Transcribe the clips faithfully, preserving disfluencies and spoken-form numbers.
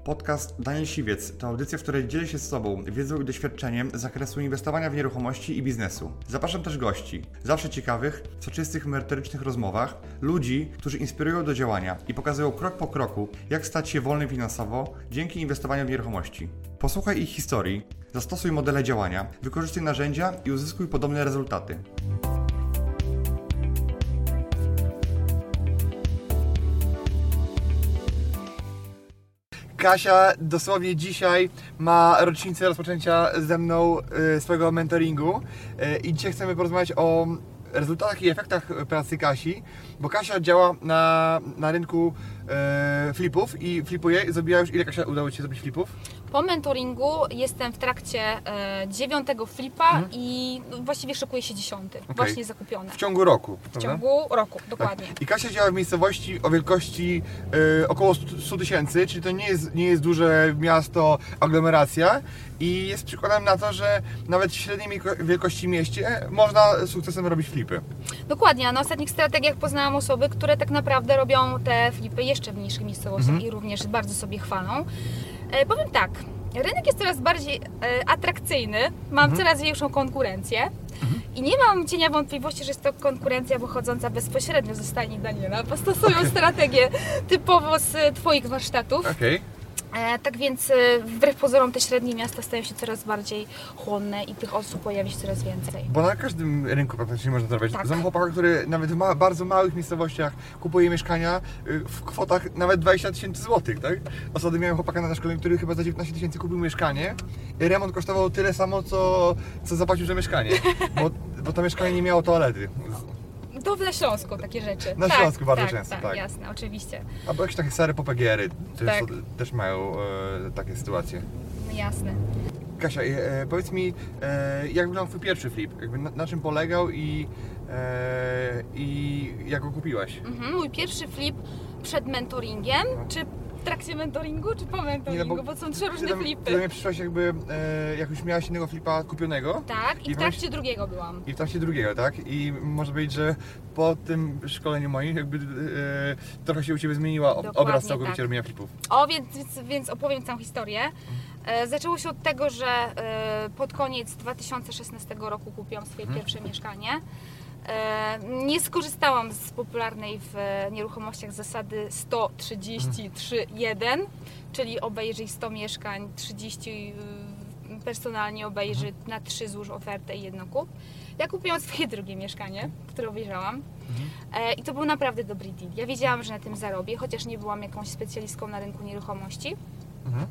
Podcast Daniel Siwiec to audycja, w której dzielę się z Tobą wiedzą i doświadczeniem z zakresu inwestowania w nieruchomości i biznesu. Zapraszam też gości, zawsze ciekawych, w soczystych, merytorycznych rozmowach, ludzi, którzy inspirują do działania i pokazują krok po kroku, jak stać się wolnym finansowo dzięki inwestowaniu w nieruchomości. Posłuchaj ich historii, zastosuj modele działania, wykorzystuj narzędzia i uzyskuj podobne rezultaty. Kasia dosłownie dzisiaj ma rocznicę rozpoczęcia ze mną y, swojego mentoringu y, i dzisiaj chcemy porozmawiać o rezultatach i efektach pracy Kasi, bo Kasia działa na, na rynku y, flipów i flipuje. Zrobiła już ile, Kasia, udało Ci się zrobić flipów? Po mentoringu jestem w trakcie e, dziewiątego flipa mhm. i właściwie szykuje się dziesiąty, okay. Właśnie zakupiony. W ciągu roku, W prawda? ciągu roku, dokładnie. Tak. I Kasia działa w miejscowości o wielkości e, około stu tysięcy, czyli to nie jest, nie jest duże miasto, aglomeracja i jest przykładem na to, że nawet w średniej wielkości mieście można z sukcesem robić flipy. Dokładnie, a na ostatnich strategiach poznałam osoby, które tak naprawdę robią te flipy jeszcze w mniejszych miejscowościach mhm. i również bardzo sobie chwalą. E, powiem tak, rynek jest coraz bardziej e, atrakcyjny, mam mhm. coraz większą konkurencję mhm. i nie mam cienia wątpliwości, że jest to konkurencja pochodząca bezpośrednio ze stajni Daniela, bo stosują okay. strategię typowo z Twoich warsztatów. Okay. E, tak więc e, wbrew pozorom te średnie miasta stają się coraz bardziej chłonne i tych osób pojawi się coraz więcej. Bo na każdym rynku praktycznie można to robić. Tak. Znam chłopaka, który nawet w ma bardzo małych miejscowościach kupuje mieszkania w kwotach nawet dwadzieścia tysięcy złotych, tak? Ostatnio miałem chłopaka na szkoleniu, który chyba za dziewiętnaście tysięcy kupił mieszkanie i remont kosztował tyle samo, co, co zapłacił za mieszkanie, bo, bo to mieszkanie nie miało toalety. To na Śląsku takie rzeczy. Na tak, Śląsku bardzo tak, często, tak. tak. Jasne, oczywiście. Albo jakieś takie stare popegiery też, Tak. też mają e, takie sytuacje. Jasne. Kasia, e, powiedz mi, e, jak wyglądał Twój pierwszy flip? Jakby na, na czym polegał i, e, i jak go kupiłaś? Mhm, mój pierwszy flip przed mentoringiem, no. czy w trakcie mentoringu, czy po mentoringu, nie, no bo, bo są trzy różne tam, flipy. Ty do mnie przyszłaś jakby, e, jak już miałaś innego flipa kupionego. Tak, i, i w trakcie weź... drugiego byłam. I w trakcie drugiego, tak? I można powiedzieć, że po tym szkoleniu moim jakby e, trochę się u Ciebie zmieniła Dokładnie obraz całkowicie tak. robienia flipów. O, więc, więc opowiem całą historię. E, zaczęło się od tego, że e, pod koniec dwa tysiące szesnastego roku kupiłam swoje hmm. pierwsze mieszkanie. Nie skorzystałam z popularnej w nieruchomościach zasady sto trzydzieści trzy jeden, czyli obejrzyj sto mieszkań, trzydzieści personalnie obejrzy, na trzy złóż ofertę i jedno kup. Ja kupiłam swoje drugie mieszkanie, które obejrzałam mhm. i to był naprawdę dobry deal. Ja wiedziałam, że na tym zarobię, chociaż nie byłam jakąś specjalistką na rynku nieruchomości. Mhm.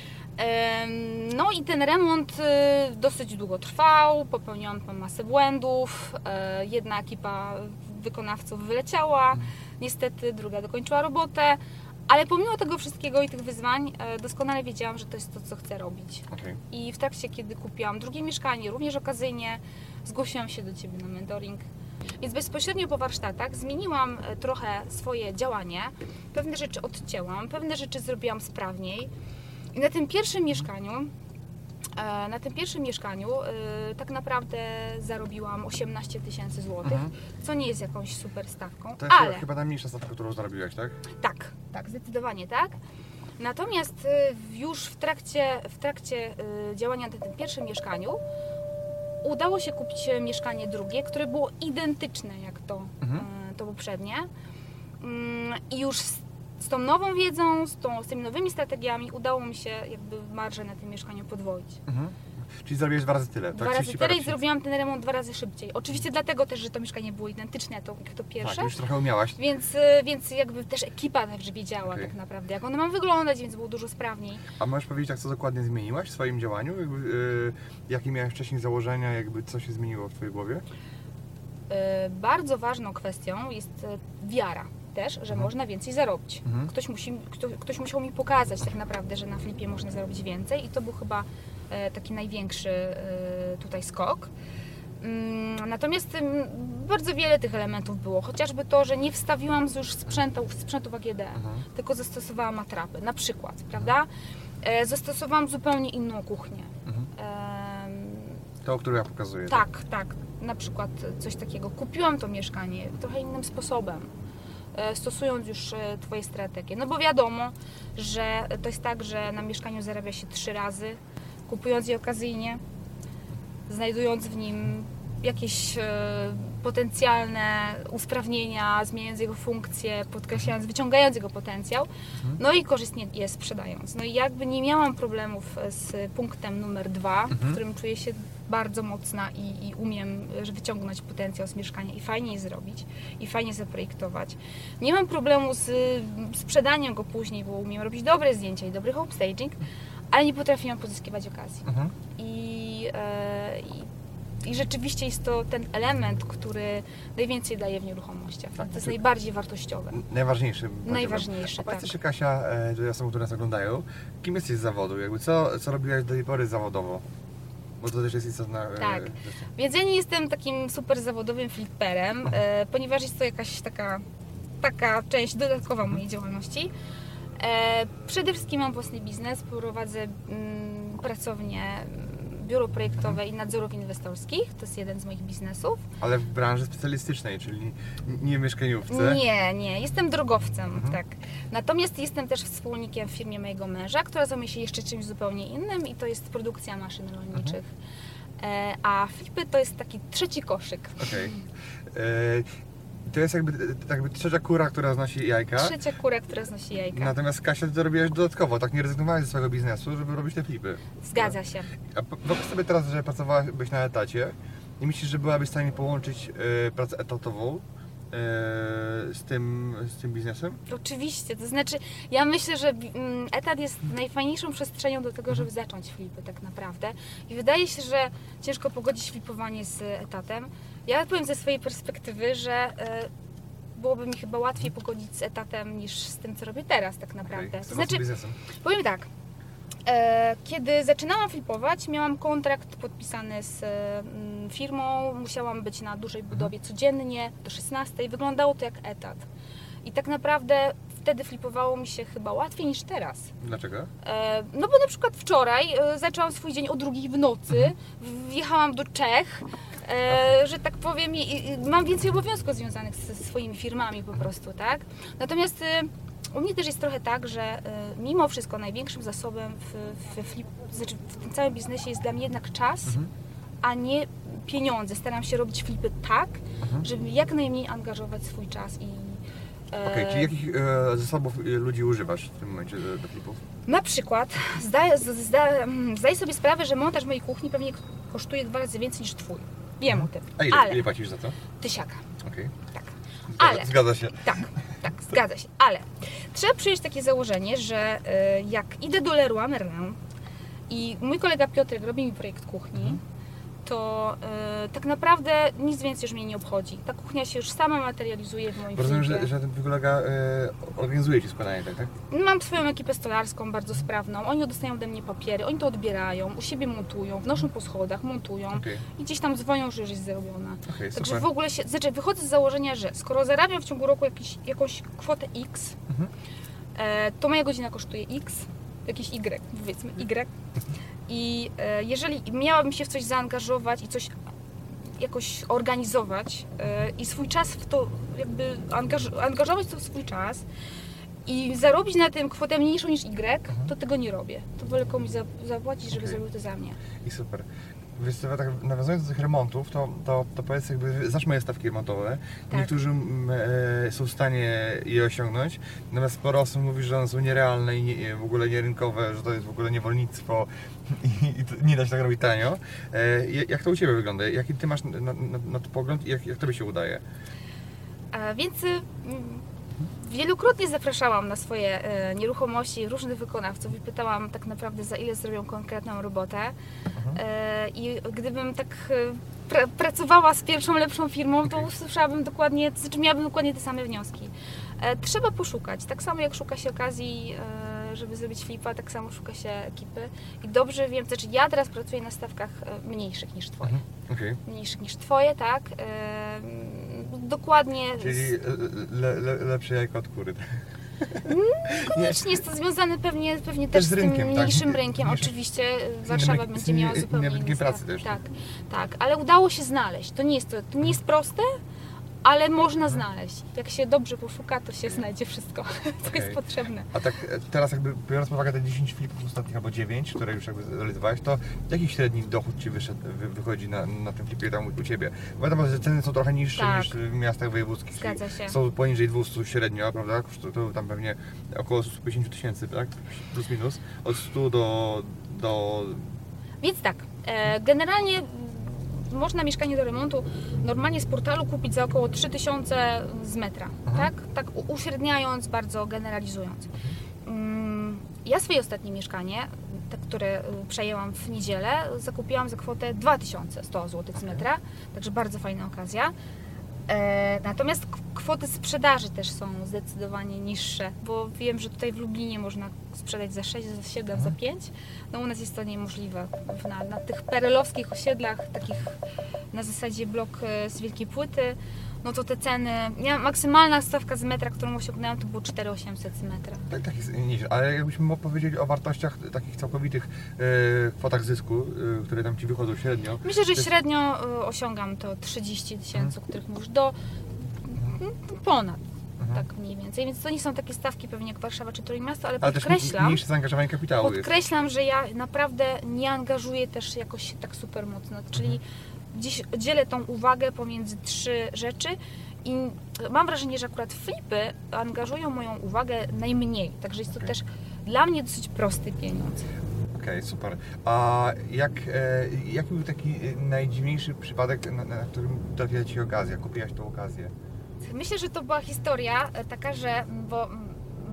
No i ten remont dosyć długo trwał, popełniłam tam masę błędów, jedna ekipa wykonawców wyleciała, niestety druga dokończyła robotę, ale pomimo tego wszystkiego i tych wyzwań doskonale wiedziałam, że to jest to, co chcę robić. Okay. I w trakcie, kiedy kupiłam drugie mieszkanie, również okazyjnie zgłosiłam się do Ciebie na mentoring. Więc bezpośrednio po warsztatach zmieniłam trochę swoje działanie, pewne rzeczy odcięłam, pewne rzeczy zrobiłam sprawniej. I na tym pierwszym mieszkaniu, na tym pierwszym mieszkaniu tak naprawdę zarobiłam osiemnaście tysięcy złotych, mhm. co nie jest jakąś super stawką, to jest ale... chyba najmniejsza stawka, którą zarobiłaś, tak? Tak, tak, zdecydowanie tak. Natomiast już w trakcie, w trakcie działania na tym pierwszym mieszkaniu udało się kupić mieszkanie drugie, które było identyczne jak to, mhm. to poprzednie. I już z tą nową wiedzą, z, tą, z tymi nowymi strategiami udało mi się jakby marżę na tym mieszkaniu podwoić. Mhm. Czyli zrobiłeś dwa razy tyle, Dwa tak? razy tyle i zrobiłam ten remont dwa razy szybciej. Oczywiście dlatego też, że to mieszkanie było identyczne jak to, jak to pierwsze. Tak, już trochę umiałaś. Więc, więc jakby też ekipa także wiedziała okay. tak naprawdę, jak one ma wyglądać, więc było dużo sprawniej. A możesz powiedzieć, jak co dokładnie zmieniłaś w swoim działaniu? Jakby, yy, jakie miałeś wcześniej założenia, jakby co się zmieniło w Twojej głowie? Yy, bardzo ważną kwestią jest wiara. Też, że mhm. można więcej zarobić. Mhm. Ktoś, musi, kto, ktoś musiał mi pokazać tak naprawdę, że na flipie można zarobić więcej i to był chyba e, taki największy e, tutaj skok. Mm, natomiast m, bardzo wiele tych elementów było, chociażby to, że nie wstawiłam już sprzętów, sprzętów A G D, mhm. tylko zastosowałam atrapy, na przykład, prawda? E, zastosowałam zupełnie inną kuchnię. Mhm. E, to, o którą ja pokazuję. Tak, tak, tak. Na przykład coś takiego. Kupiłam to mieszkanie trochę innym sposobem. e, stosując już e, Twoje strategie. No bo wiadomo, że to jest tak, że na mieszkaniu zarabia się trzy razy, kupując je okazyjnie, znajdując w nim jakieś e, potencjalne usprawnienia, zmieniając jego funkcję, podkreślając, wyciągając jego potencjał, Mhm. no i korzystnie je sprzedając. No i jakby nie miałam problemów z punktem numer dwa, w Mhm. którym czuję się bardzo mocna i, i umiem że wyciągnąć potencjał z mieszkania i fajnie je zrobić, i fajnie zaprojektować. Nie mam problemu z sprzedaniem go później, bo umiem robić dobre zdjęcia i dobry home staging, ale nie potrafiłam pozyskiwać okazji. Mhm. I, e, i I rzeczywiście jest to ten element, który najwięcej daje w nieruchomościach. Tak, To jest znaczy- najbardziej wartościowe. Najważniejszy. Najważniejszy, A powiedz tak. jeszcze, Kasia, e, do osób, które nas oglądają, kim jesteś z zawodu? Jakby co, co robiłaś do tej pory zawodowo? Bo to też jest istotna e, Tak. rzecz. Więc ja nie jestem takim super zawodowym flipperem, e, ponieważ jest to jakaś taka, taka część dodatkowa mojej działalności. E, przede wszystkim mam własny biznes, prowadzę mm, pracownię, biuro projektowe i nadzorów inwestorskich. To jest jeden z moich biznesów. Ale w branży specjalistycznej, czyli nie mieszkaniówce. Nie, nie, jestem drogowcem, Mhm. tak. Natomiast jestem też wspólnikiem w firmie mojego męża, która zajmuje się jeszcze czymś zupełnie innym i to jest produkcja maszyn rolniczych. E, a flipy to jest taki trzeci koszyk. Okej. E, To jest jakby, jakby trzecia kura, która znosi jajka. Trzecia kura, która znosi jajka. Natomiast Kasia, ty to robiłaś dodatkowo, tak nie rezygnowałaś ze swojego biznesu, żeby robić te flipy. Zgadza się. A po- wyobraź sobie teraz, że pracowałabyś na etacie i myślisz, że byłabyś w stanie połączyć e, pracę etatową e, z, tym, z tym biznesem? Oczywiście, to znaczy ja myślę, że mm, etat jest najfajniejszą przestrzenią do tego, żeby zacząć flipy tak naprawdę. I wydaje się, że ciężko pogodzić flipowanie z etatem. Ja powiem ze swojej perspektywy, że e, byłoby mi chyba łatwiej pogodzić z etatem niż z tym, co robię teraz tak naprawdę. Okej, To z tym znaczy, biznesem. powiem tak, e, kiedy zaczynałam flipować, miałam kontrakt podpisany z e, mm, firmą, musiałam być na dużej budowie codziennie do szesnastej, wyglądało to jak etat. I tak naprawdę wtedy flipowało mi się chyba łatwiej niż teraz. Dlaczego? E, no bo na przykład wczoraj e, zaczęłam swój dzień o drugiej w nocy, wjechałam do Czech, e, że tak powiem, i, i mam więcej obowiązków związanych ze swoimi firmami po prostu, tak? Natomiast e, u mnie też jest trochę tak, że e, mimo wszystko największym zasobem w, w, flip, znaczy w tym całym biznesie jest dla mnie jednak czas, Mhm. a nie pieniądze. Staram się robić flipy tak, Mhm. żeby jak najmniej angażować swój czas i e, Okej, czyli jakich e, zasobów e, ludzi używasz w tym momencie do, do flipów? Na przykład zdaję, zda, zdaję sobie sprawę, że montaż mojej kuchni pewnie kosztuje dwa razy więcej niż Twój. Wiem o tym. A ile, Ale ile płacisz za to? tysiaka. Okej. Tak. Zgadza, Ale zgadza się. tak, tak, zgadza się. Ale trzeba przyjąć takie założenie, że y, jak idę do Leroy Merlin i mój kolega Piotrek robi mi projekt kuchni, Mhm. to y, tak naprawdę nic więcej już mnie nie obchodzi. Ta kuchnia się już sama materializuje w moim Bo rozumiem, flipie. że, że ten twój kolega e, organizuje ci składanie, tak? tak? Mam swoją ekipę stolarską bardzo sprawną. Oni dostają ode mnie papiery, oni to odbierają, u siebie montują, wnoszą po schodach, montują Okej, i gdzieś tam dzwonią, że już jest zrobiona. okej, Także super. w ogóle się, znaczy wychodzę z założenia, że skoro zarabiam w ciągu roku jakiś, jakąś kwotę X, Mhm. e, to moja godzina kosztuje X, jakiś Y, powiedzmy Y. I e, jeżeli miałabym się w coś zaangażować i coś jakoś organizować e, i swój czas w to jakby angaż, angażować to w swój czas i zarobić na tym kwotę mniejszą niż Y, to tego nie robię. To wolę komuś za, zapłacić, żeby Okej. zrobił to za mnie. I super. Wiesz co, tak nawiązując do tych remontów, to, to, to powiedz jakby, znasz moje stawki remontowe. Tak. Niektórzy mm, e, są w stanie je osiągnąć, natomiast sporo osób mówi, że one są nierealne i nie, w ogóle nierynkowe, że to jest w ogóle niewolnictwo i, i to, nie da się tak robić tanio. E, jak to u Ciebie wygląda? Jaki Ty masz na, na, na to pogląd i jak, jak Tobie się udaje? A więc y, mm, wielokrotnie zapraszałam na swoje e, nieruchomości różnych wykonawców i pytałam tak naprawdę, za ile zrobią konkretną robotę. E, I gdybym tak e, pra, pracowała z pierwszą lepszą firmą, to Okej. usłyszałabym dokładnie, to znaczy miałabym dokładnie te same wnioski. E, trzeba poszukać, tak samo jak szuka się okazji, e, żeby zrobić flipa, tak samo szuka się ekipy. I dobrze wiem, to znaczy ja teraz pracuję na stawkach e, mniejszych niż Twoje. Mhm. Okej. Mniejszych niż Twoje, tak. E, dokładnie. Czyli le, le, lepsze jajko od kury. Koniecznie jest to związane pewnie, pewnie Też też z z tym rynkiem, tak? mniejszym rynkiem. Mniejszym- Oczywiście Warszawa rynkiem- będzie miała innym zupełnie rynkiem inny pracy stawki. też. Tak, tak, ale udało się znaleźć. To nie jest, to, to nie jest proste, ale można znaleźć. Jak się dobrze poszuka, to się znajdzie wszystko, co Okej. jest potrzebne. A tak e, teraz jakby biorąc pod uwagę te dziesięć flipów ostatnich albo dziewięć, które już jakby realizowałeś, to jaki średni dochód Ci wyszedł, wy, wychodzi na, na tym flipie tam u, u Ciebie? Wiadomo, że ceny są trochę niższe Tak. niż w miastach wojewódzkich. Zgadza się. Są poniżej dwieście średnio, prawda? Kosztują tam pewnie około sto pięćdziesiąt tysięcy, tak? Plus minus. Od stu do... do... Więc tak, e, generalnie można mieszkanie do remontu normalnie z portalu kupić za około trzy tysiące z metra, Mhm. tak? Tak u- uśredniając, bardzo generalizując. Mm, Ja swoje ostatnie mieszkanie, te, które y, przejęłam w niedzielę, zakupiłam za kwotę dwa tysiące sto złotych z metra, także bardzo fajna okazja. E, natomiast k- kwoty sprzedaży też są zdecydowanie niższe, bo wiem, że tutaj w Lublinie można sprzedać za sześć, za siedem, za pięć. No u nas jest to niemożliwe. W- Na, na tych perelowskich osiedlach, takich na zasadzie blok e, z wielkiej płyty, no to te ceny, ja, maksymalna stawka z metra, którą osiągnęłam, to było cztery tysiące osiemset z metra. Tak, tak jest nieźle, ale jakbyśmy mo- powiedzieli o wartościach takich całkowitych, e, kwotach zysku, e, które tam Ci wychodzą średnio. Myślę, że To jest- średnio y, osiągam to trzydzieści tysięcy, o których mówisz, do mm, ponad. Mhm. Tak mniej więcej, więc to nie są takie stawki pewnie jak Warszawa czy Trójmiasto, ale Ale też podkreślam, mniejsze zaangażowanie kapitału jest. podkreślam, że ja naprawdę nie angażuję też jakoś tak super mocno, czyli gdzieś dzielę tą uwagę pomiędzy trzy rzeczy i mam wrażenie, że akurat flipy angażują moją uwagę najmniej, także jest to Okej. też dla mnie dosyć prosty pieniądz. Okej, super. A jak, e, jaki był taki e, najdziwniejszy przypadek, na, na którym trafiła Ci okazja, kupiłaś tą okazję? Myślę, że to była historia e, taka, że bo mm,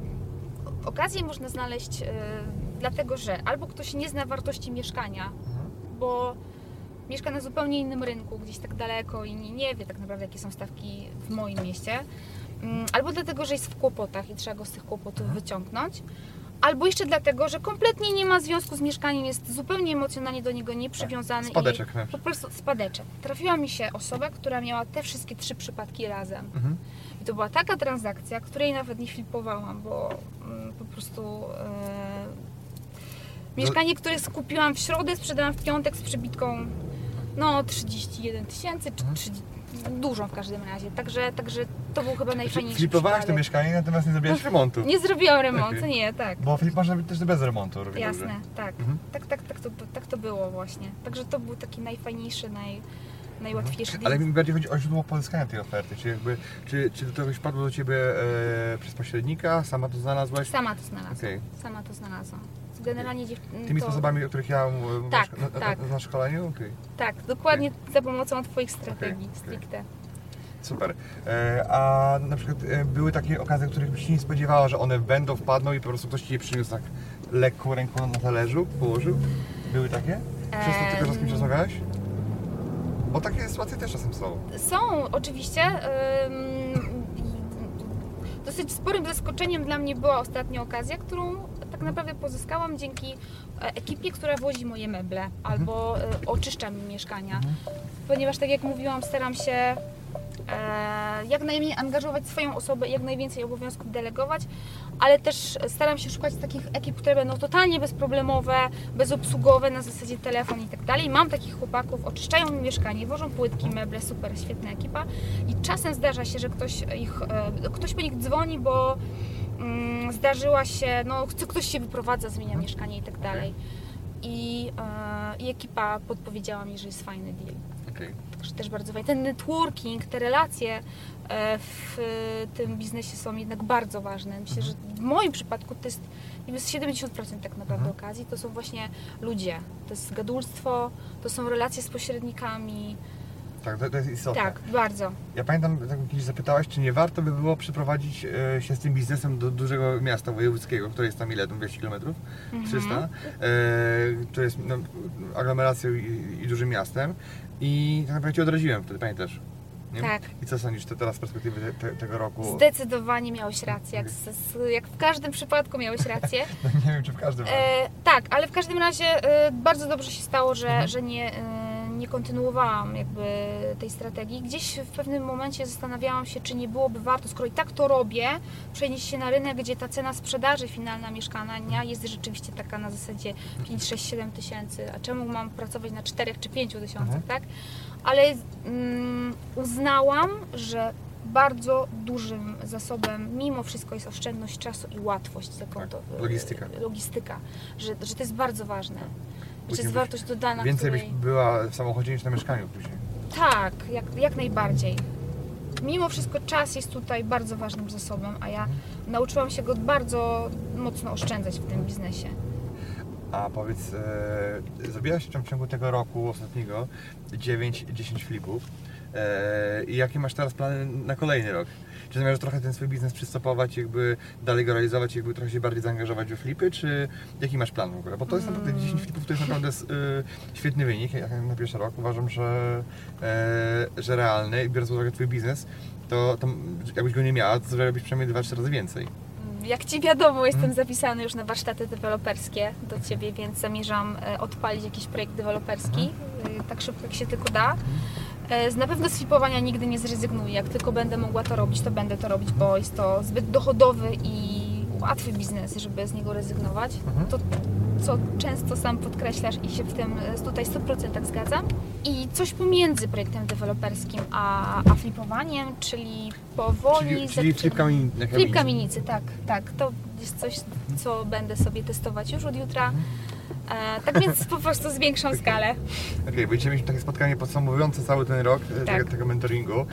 okazję można znaleźć e, dlatego, że albo ktoś nie zna wartości mieszkania, bo mieszka na zupełnie innym rynku, gdzieś tak daleko i nie, nie wie tak naprawdę, jakie są stawki w moim mieście, mm, albo dlatego, że jest w kłopotach i trzeba go z tych kłopotów wyciągnąć, albo jeszcze dlatego, że kompletnie nie ma związku z mieszkaniem, jest zupełnie emocjonalnie do niego nieprzywiązany. Spadeczek i na po przykład. prostu spadeczek. Trafiła mi się osoba, która miała te wszystkie trzy przypadki razem. Mhm. I to była taka transakcja, której nawet nie flipowałam, bo mm, po prostu e, mieszkanie, które skupiłam w środę, sprzedałam w piątek z przebitką no trzydzieści jeden tysięcy, czy Mhm. trzydzieści, dużą w każdym razie. Także, także to był chyba najfajniejszy Flipowałaś to przypadek. mieszkanie, natomiast nie zrobiłaś remontu. Nie zrobiłam remontu, Okej. nie, tak. Bo flip można być też bez remontu robić Jasne, dobrze. tak. Mhm. Tak, tak, tak, to, tak to było właśnie. Także to był taki najfajniejszy, naj, najłatwiejszy. Ale więc- mi bardziej chodzi o źródło pozyskania tej oferty. Czy, jakby, czy, czy to coś padło do Ciebie e, przez pośrednika? Sama to znalazłaś? Sama to znalazłam. Okej. Sama to znalazłam. Generalnie dziew... Tymi to... sposobami, o których ja mówię Tak, na, na, tak. na, na szkoleniu? Okej. Tak, dokładnie za pomocą Twoich strategii Okej, okej. stricte. Super. E, a na przykład e, były takie okazje, których byś się nie spodziewała, że one będą, wpadną i po prostu ktoś Ci je przyniósł tak lekką ręką na talerzu, położył? Były takie? Przez to tylko, że z kimś Em. rozmawiałeś? Bo takie sytuacje też czasem są. Są oczywiście. ym, Dosyć sporym zaskoczeniem dla mnie była ostatnia okazja, którą tak naprawdę pozyskałam dzięki e, ekipie, która wozi moje meble albo e, oczyszcza mi mieszkania. Ponieważ tak jak mówiłam, staram się e, jak najmniej angażować swoją osobę, jak najwięcej obowiązków delegować, ale też staram się szukać takich ekip, które będą totalnie bezproblemowe, bezobsługowe, na zasadzie telefon i tak dalej. Mam takich chłopaków, oczyszczają mi mieszkanie, wożą płytki, meble, super, świetna ekipa i czasem zdarza się, że ktoś, ich, e, ktoś po nich dzwoni, bo mm, zdarzyła się, no chce- ktoś się wyprowadza, zmienia mieszkanie i tak dalej. I, e, I ekipa podpowiedziała mi, że jest fajny deal. Okej. Także też bardzo fajnie. Ten networking, te relacje e, w tym biznesie są jednak bardzo ważne. Myślę, że w moim przypadku to jest nie wiem, z siedemdziesiąt procent tak naprawdę Mhm. okazji. To są właśnie ludzie. To jest gadulstwo, to są relacje z pośrednikami. Tak, to, to jest istotne. Tak, bardzo. Ja pamiętam, tak jak kiedyś zapytałaś, czy nie warto by było przeprowadzić e, się z tym biznesem do dużego miasta wojewódzkiego, które jest tam ile? Tam dwieście kilometrów? trzysta? E, które jest no, aglomeracją i, i dużym miastem. I tak naprawdę Cię odraziłem wtedy, pamiętasz? Nie? Tak. I co sądzisz te, teraz z perspektywy te, te, tego roku? Zdecydowanie miałeś rację. Jak, z, z, jak w każdym przypadku miałeś rację. No, nie wiem, czy w każdym razie. E, tak, ale w każdym razie e, bardzo dobrze się stało, że, Mhm. że nie, e, nie kontynuowałam jakby tej strategii. Gdzieś w pewnym momencie zastanawiałam się, czy nie byłoby warto, skoro i tak to robię, przenieść się na rynek, gdzie ta cena sprzedaży finalna mieszkania jest rzeczywiście taka na zasadzie pięć, sześć, siedem tysięcy, a czemu mam pracować na czterech czy pięciu tysiącach, Mhm. tak? Ale mm, uznałam, że bardzo dużym zasobem, mimo wszystko jest oszczędność czasu i łatwość. Taką Tak, to, logistyka. Logistyka, że, że to jest bardzo ważne. Że to Później jest byś- wartość dodana, Więcej której... byś była w samochodzie niż na mieszkaniu później. Tak, jak, jak najbardziej. Mimo wszystko czas jest tutaj bardzo ważnym zasobem, a ja nauczyłam się go bardzo mocno oszczędzać w tym biznesie. A powiedz, e, zrobiłaś w ciągu tego roku ostatniego dziewięć dziesięć flipów. E, I jakie masz teraz plany na kolejny rok? Czy zamierzasz trochę ten swój biznes przystopować, jakby dalej go realizować, jakby trochę się bardziej zaangażować we flipy, czy jaki masz plan w ogóle? Bo to jest naprawdę dziesięć flipów, to jest naprawdę e, świetny wynik, jak na pierwszy rok. Uważam, że, e, że realny i biorąc pod uwagę twój biznes, to, to jakbyś go nie miała, to zrobiłabyś przynajmniej dwa trzy razy więcej. Jak Ci wiadomo, jestem zapisany już na warsztaty deweloperskie do Ciebie, więc zamierzam e, odpalić jakiś projekt deweloperski, e, tak szybko jak się tylko da. E, Z na pewno z flipowania nigdy nie zrezygnuję. Jak tylko będę mogła to robić, to będę to robić, bo jest to zbyt dochodowy i łatwy biznes, żeby z niego rezygnować. To, co często sam podkreślasz i się w tym e, tutaj sto procent zgadzam. I coś pomiędzy projektem deweloperskim a, a flipowaniem, czyli powoli... Czyli, czyli zaczynam- flip kamieni- na Flip kamienicy, tak, tak. To jest coś, co będę sobie testować już od jutra. E, tak więc po prostu zwiększą skalę. Okej, okay, będziemy mieć takie spotkanie podsumowujące cały ten rok e, Tak. tego, tego mentoringu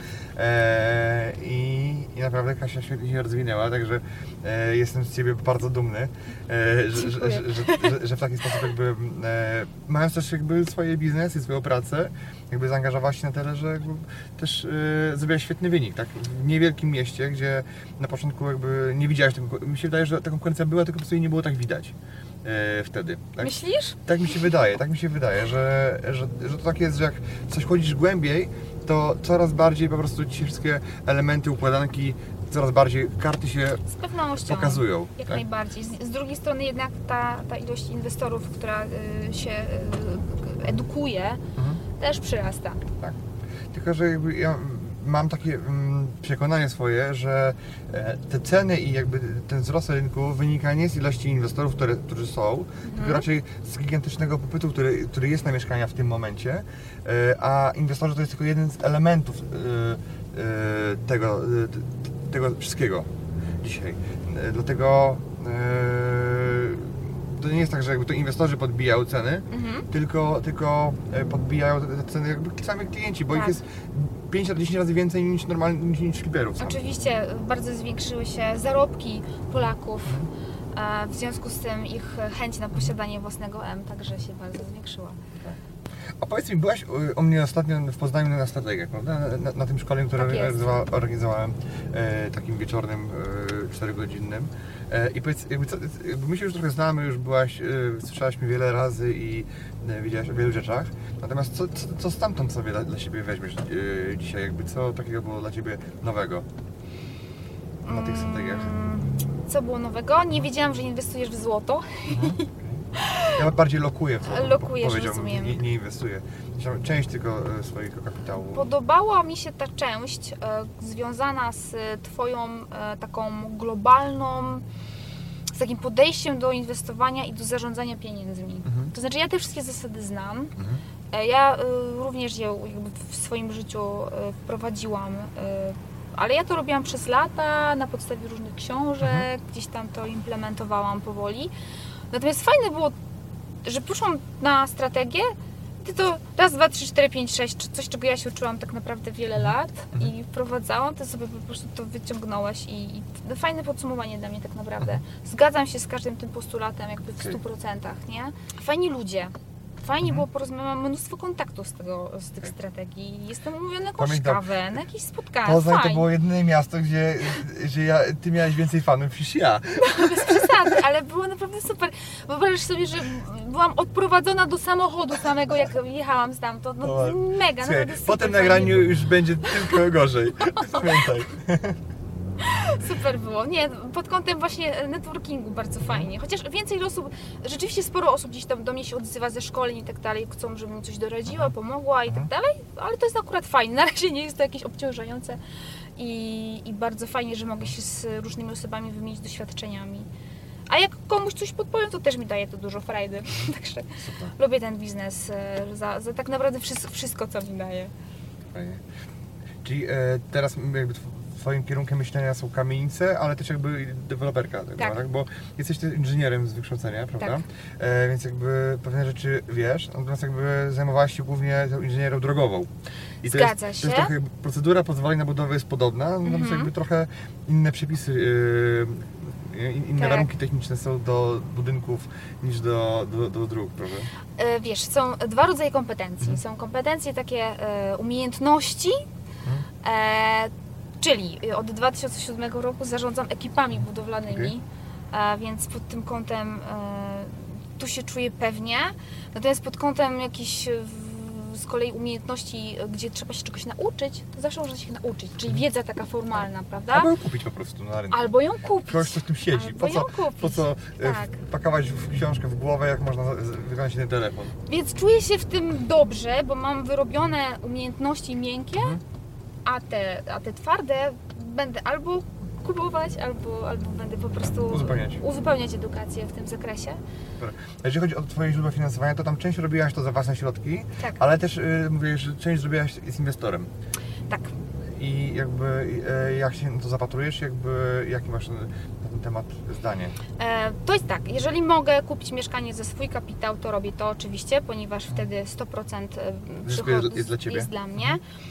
e, i, i naprawdę Kasia świetnie się rozwinęła, także e, jestem z Ciebie bardzo dumny, e, że, że, że, że, że, że w taki sposób jakby e, mając też jakby swoje biznesy, swoją pracę, jakby zaangażowałaś się na tyle, że jakby też e, zrobiłaś świetny wynik, tak? W niewielkim mieście, gdzie na początku jakby nie widziałaś tego, mi się wydaje, że ta konkurencja była, tylko po prostu jej nie było tak widać e, wtedy. Tak? Myślisz? Tak mi się wydaje, tak mi się wydaje, że, że, że to tak jest, że jak coś chodzisz głębiej, to coraz bardziej po prostu ci wszystkie elementy, układanki, coraz bardziej karty się Z pewnością. pokazują. Jak tak? najbardziej. Z, z drugiej strony jednak ta, ta ilość inwestorów, która y, się y, edukuje, Mhm. też przyrasta. Tak. Tylko, że jakby ja mam takie mm, przekonanie swoje, że e, te ceny i jakby ten wzrost rynku wynika nie z ilości inwestorów, które, którzy są, tylko raczej z gigantycznego popytu, który, który jest na mieszkania w tym momencie, e, a inwestorzy to jest tylko jeden z elementów e, e, tego, e, tego wszystkiego dzisiaj. E, dlatego e, to nie jest tak, że jakby to inwestorzy podbijają ceny, Mhm. tylko, tylko e, podbijają te te ceny jakby sami klienci, bo Tak. ich jest pięć do dziesięciu razy więcej niż normalnie niż, niż fliperów samych. Oczywiście bardzo zwiększyły się zarobki Polaków, a w związku z tym ich chęć na posiadanie własnego M także się bardzo zwiększyła. A powiedz mi, byłaś u- u mnie ostatnio w Poznaniu na strategiach, prawda? Na, na, na tym szkoleniu, które Tak jest. organizowa- organizowałem, e, takim wieczornym, e, czterogodzinnym. E, I powiedz, jakby co, jakby my się już trochę znamy, już byłaś, e, słyszałaś mnie wiele razy i e, wiedziałaś o wielu rzeczach. Natomiast co, co, co stamtąd sobie dla, dla siebie weźmiesz e, dzisiaj? Jakby co takiego było dla Ciebie nowego na tych strategiach? Mm, Co było nowego? Nie wiedziałam, że inwestujesz w złoto. Ja bardziej lokuję w to, Lokujesz, powiedziałbym, rozumiem. nie, nie inwestuję. Część tylko e, swojego kapitału. Podobała mi się ta część e, związana z Twoją e, taką globalną, z takim podejściem do inwestowania i do zarządzania pieniędzmi. Mhm. To znaczy ja te wszystkie zasady znam. Mhm. E, Ja e, również je jakby w swoim życiu e, wprowadziłam, e, ale ja to robiłam przez lata na podstawie różnych książek, Mhm. gdzieś tam to implementowałam powoli. Natomiast fajne było, że poszłam na strategię, ty to raz, dwa, trzy, cztery, pięć, sześć, czy coś, czego ja się uczyłam tak naprawdę wiele lat Mhm. i wprowadzałam, ty sobie po prostu to wyciągnąłeś i, i to fajne podsumowanie dla mnie tak naprawdę. Zgadzam się z każdym tym postulatem jakby w Okej. stu procentach, nie? Fajni ludzie. Fajnie Mhm. było porozmawiać, mam mnóstwo kontaktów z, tego, z tych strategii. Jestem umówiona na jakąś Pamiętam, kawę, na jakieś spotkania. Poznań to Fajnie, było jedyne miasto, gdzie że ja, ty miałeś więcej fanów niż ja. bez przesady, ale było naprawdę super. Wyobraź sobie, że byłam odprowadzona do samochodu samego, jak jechałam stamtąd. No, O, mega, Słuchaj, naprawdę super. po tym fajnie nagraniu było. już będzie tylko gorzej. Pamiętaj. Super było. Nie, pod kątem właśnie networkingu bardzo fajnie. Chociaż więcej osób, rzeczywiście sporo osób gdzieś tam do mnie się odzywa ze szkoleń i tak dalej, chcą, żebym im coś doradziła, pomogła i tak dalej, ale to jest akurat fajne. Na razie nie jest to jakieś obciążające i, i bardzo fajnie, że mogę się z różnymi osobami wymienić doświadczeniami. A jak komuś coś podpowiem, to też mi daje to dużo frajdy. Także Super. lubię ten biznes e, za, za tak naprawdę wszystko, wszystko co mi daje. Fajnie. Czyli e, teraz jakby tw- twoim kierunkiem myślenia są kamienice, ale też jakby deweloperka tego, Tak. tak? Bo jesteś też inżynierem z wykształcenia, prawda? Tak. E, więc jakby pewne rzeczy wiesz, natomiast jakby zajmowałaś się głównie tą inżynierią drogową. I to Zgadza jest, się. To jest trochę, jakby procedura pozwolenia na budowę jest podobna, natomiast Mhm. jakby trochę inne przepisy, yy, inne Tak. warunki techniczne są do budynków niż do, do, do dróg, prawda? E, Wiesz, są dwa rodzaje kompetencji. Mhm. Są kompetencje takie e, umiejętności, Mhm. e, czyli od dwa tysiące siódmego roku zarządzam ekipami budowlanymi, e, więc pod tym kątem e, tu się czuję pewnie. Natomiast pod kątem jakichś w- z kolei umiejętności, gdzie trzeba się czegoś nauczyć, to zawsze można się nauczyć, czyli wiedza taka formalna, prawda? Albo ją kupić po prostu na rynku. Albo ją kupić. Ktoś, kto w tym siedzi. Albo Po co, ją kupić. po co e, Tak. pakować w książkę w głowę, jak można z- wykonać ten telefon? Więc czuję się w tym dobrze, bo mam wyrobione umiejętności miękkie, Mhm. a te, a te twarde będę albo kupować, albo, albo będę po prostu Uzupełniać. uzupełniać edukację w tym zakresie. Dobra. A jeżeli chodzi o twoje źródła finansowania, to tam część robiłaś to za własne środki, Tak, ale też y, mówię, że część zrobiłaś z inwestorem. tak. I jakby e, jak się na to zapatrujesz, jakby jaki masz na na ten temat zdanie? E, to jest tak, jeżeli mogę kupić mieszkanie za swój kapitał, to robię to oczywiście, ponieważ wtedy sto procent Zysku przychodu jest- jest dla ciebie. jest dla mnie.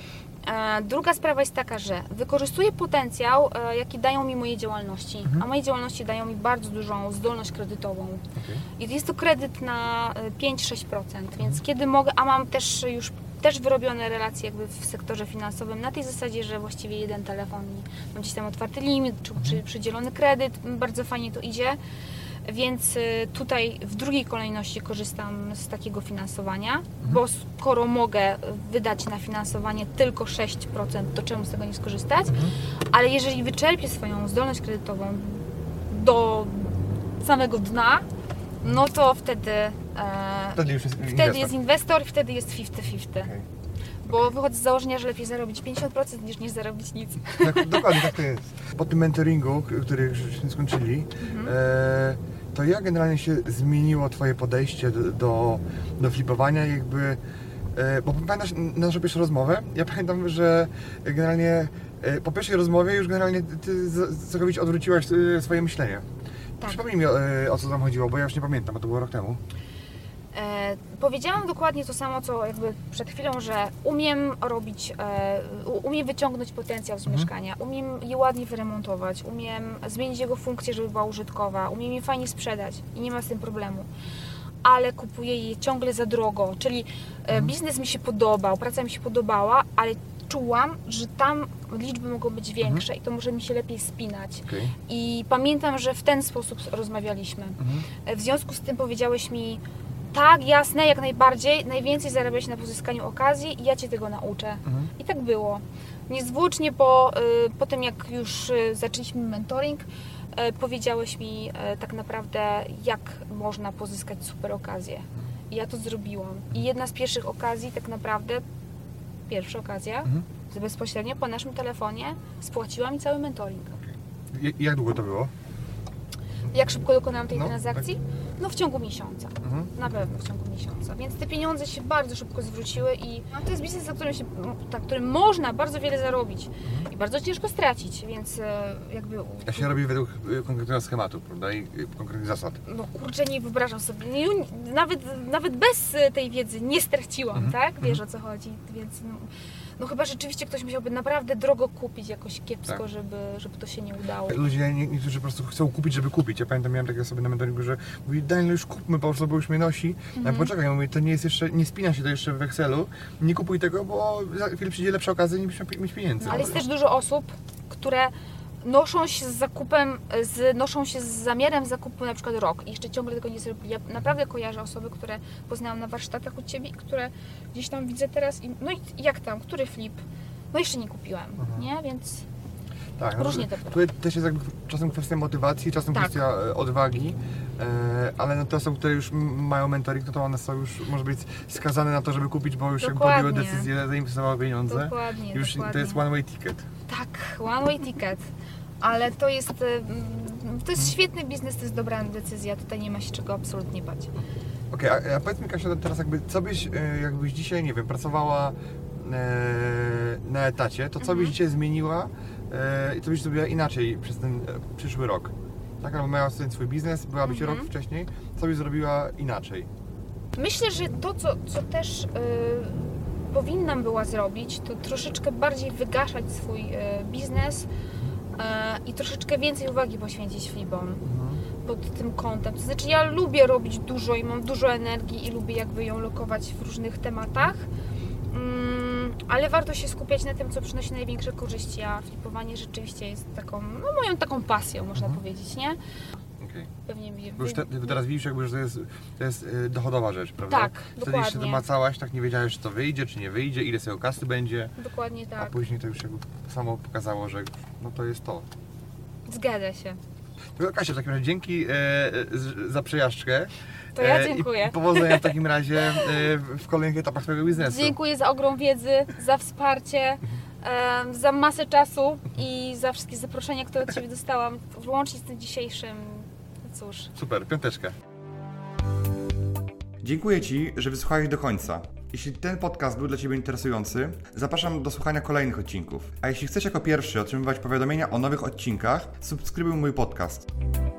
E, Druga sprawa jest taka, że wykorzystuję potencjał, e, jaki dają mi moje działalności, Mhm. a moje działalności dają mi bardzo dużą zdolność kredytową. Okay. I jest to kredyt na e, pięć do sześciu procent, więc Mhm. kiedy mogę, a mam też już też wyrobione relacje jakby w sektorze finansowym na tej zasadzie, że właściwie jeden telefon i mam gdzieś tam otwarty limit, czy Mhm. przy, przydzielony kredyt, bardzo fajnie to idzie. Więc y, tutaj w drugiej kolejności korzystam z takiego finansowania, Mhm. bo skoro mogę wydać na finansowanie tylko sześć procent, to czemu z tego nie skorzystać? Mhm. Ale jeżeli wyczerpię swoją zdolność kredytową do samego dna, no to wtedy, e, Wtedy już jest wtedy inwestor. jest inwestor, wtedy jest pięćdziesiąt pięćdziesiąt. Okej. Bo wychodzę z założenia, że lepiej zarobić pięćdziesiąt procent niż nie zarobić nic. Tak, dokładnie tak to jest. Po tym mentoringu, k- który już się skończyli, Mhm. e, to jak generalnie się zmieniło twoje podejście do, do, do flipowania, jakby, e, bo pamiętasz naszą pierwszą rozmowę? Ja pamiętam, że generalnie e, po pierwszej rozmowie już generalnie ty z- całkowicie odwróciłaś e, swoje myślenie. Tak. Przypomnij mi, e, o co tam chodziło, bo ja już nie pamiętam, bo to było rok temu. E, powiedziałam dokładnie to samo, co jakby przed chwilą, że umiem robić, e, u- umiem wyciągnąć potencjał z Mhm. mieszkania, umiem je ładnie wyremontować, umiem zmienić jego funkcję, żeby była użytkowa, umiem je fajnie sprzedać i nie ma z tym problemu. Ale kupuję je ciągle za drogo, czyli e, Mhm. biznes mi się podobał, praca mi się podobała, ale czułam, że tam liczby mogą być większe i to może mi się lepiej spinać. Okay. I pamiętam, że w ten sposób rozmawialiśmy. Mhm. W związku z tym powiedziałeś mi, tak, jasne, jak najbardziej, najwięcej zarabiałeś na pozyskaniu okazji i ja Cię tego nauczę. Mhm. I tak było. Niezwłocznie po, y, po tym, jak już y, zaczęliśmy mentoring, y, powiedziałeś mi y, tak naprawdę, jak można pozyskać super okazję. I ja to zrobiłam. I jedna z pierwszych okazji, tak naprawdę, pierwsza okazja, Mhm. bezpośrednio po naszym telefonie, spłaciła mi cały mentoring. I- Jak długo to było? Jak szybko dokonałam tej No, transakcji? No w ciągu miesiąca. Mhm. Na pewno w ciągu miesiąca. Więc te pieniądze się bardzo szybko zwróciły i no, to jest biznes, na którym, się, na którym można bardzo wiele zarobić i bardzo ciężko stracić, więc e, jakby... Ja się robi według y, konkretnego schematu, prawda, i y, konkretnych zasad. No kurczę, nie wyobrażam sobie, nie, nawet, nawet bez e, tej wiedzy nie straciłam, Mhm. tak? Wiesz o co chodzi, więc no, no chyba rzeczywiście ktoś musiałby naprawdę drogo kupić jakoś kiepsko, Tak. żeby, żeby to się nie udało. Ludzie, nie, niektórzy po prostu chcą kupić, żeby kupić. Ja pamiętam, miałem takie osoby na mentoringu, że mówi, Daniel, już kupmy, po prostu, bo już mnie nosi. Mhm. Ja poczekaj, ja mówię, to nie jest jeszcze, nie spina się to jeszcze w Excelu, nie kupuj tego, bo za chwilę przyjdzie lepsza okazja i nie będziesz mieć pieniędzy. No, ale jest też dużo osób, które noszą się z zakupem, z, noszą się z zamiarem zakupu na przykład rok i jeszcze ciągle tego nie zrobili. Ja naprawdę kojarzę osoby, które poznałam na warsztatach u Ciebie, które gdzieś tam widzę teraz i no i jak tam, który flip? No jeszcze nie kupiłem, Mhm. nie? Więc tak, no, różnie to bywa. tutaj też jest jakby czasem kwestia motywacji, czasem Tak. kwestia e, odwagi, e, ale no te osoby, które już m- mają mentoring, no to one są już, może być skazane na to, żeby kupić, bo już jakby Dokładnie. podjęły decyzję, zainwestowały pieniądze. Dokładnie, Już dokładnie. to jest one way ticket. Tak, one way ticket. Ale to jest, mm, to jest świetny biznes, to jest dobra decyzja, tutaj nie ma się czego absolutnie bać. Okej, a, a powiedz mi, Kasia, teraz jakby, co byś, e, jakbyś dzisiaj, nie wiem, pracowała e, na etacie, to co Mhm. byś dzisiaj zmieniła e, i co byś zrobiła inaczej przez ten e, przyszły rok? Tak, albo miała ten swój biznes, byłabyś Mhm. rok wcześniej, co byś zrobiła inaczej? Myślę, że to, co, co też y, powinnam była zrobić, to troszeczkę bardziej wygaszać swój y, biznes y, i troszeczkę więcej uwagi poświęcić flipom pod tym kątem. To znaczy, ja lubię robić dużo i mam dużo energii i lubię jakby ją lokować w różnych tematach, mm, ale warto się skupiać na tym, co przynosi największe korzyści, a flipowanie rzeczywiście jest taką, no moją taką pasją, można Mhm. powiedzieć, nie? Okay. Pewnie mi... Bo już te, ty teraz widzisz, jakby, że to jest, to jest y, dochodowa rzecz, prawda? Tak, Wtedy dokładnie. jeszcze domacałaś, tak nie wiedziałeś, czy to wyjdzie, czy nie wyjdzie, ile z tego kasy będzie, Dokładnie a tak. później to już jakby samo pokazało, że no to jest to. Zgadza się. To Kasia, w takim razie dzięki e, z- za przejażdżkę. To ja E, dziękuję. I powodzenia w takim razie e, w kolejnych etapach twojego biznesu. Dziękuję za ogrom wiedzy, za wsparcie, em, za masę czasu i za wszystkie zaproszenia, które od Ciebie dostałam, włącznie z tym dzisiejszym. Cóż. Super, piąteczkę. Dziękuję Ci, że wysłuchałeś do końca. Jeśli ten podcast był dla Ciebie interesujący, zapraszam do słuchania kolejnych odcinków. A jeśli chcesz jako pierwszy otrzymywać powiadomienia o nowych odcinkach, subskrybuj mój podcast.